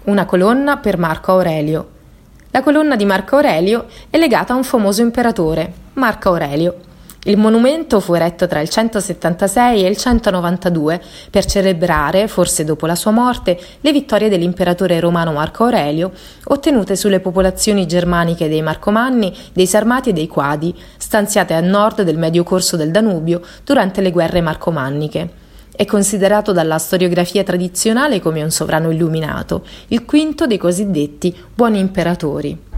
una colonna per Marco Aurelio. La colonna di Marco Aurelio è legata a un famoso imperatore, Marco Aurelio. Il monumento fu eretto tra il 176 e il 192 per celebrare, forse dopo la sua morte, le vittorie dell'imperatore romano Marco Aurelio ottenute sulle popolazioni germaniche dei Marcomanni, dei Sarmati e dei Quadi, stanziate a nord del medio corso del Danubio durante le guerre marcomanniche. È considerato dalla storiografia tradizionale come un sovrano illuminato, il quinto dei cosiddetti buoni imperatori.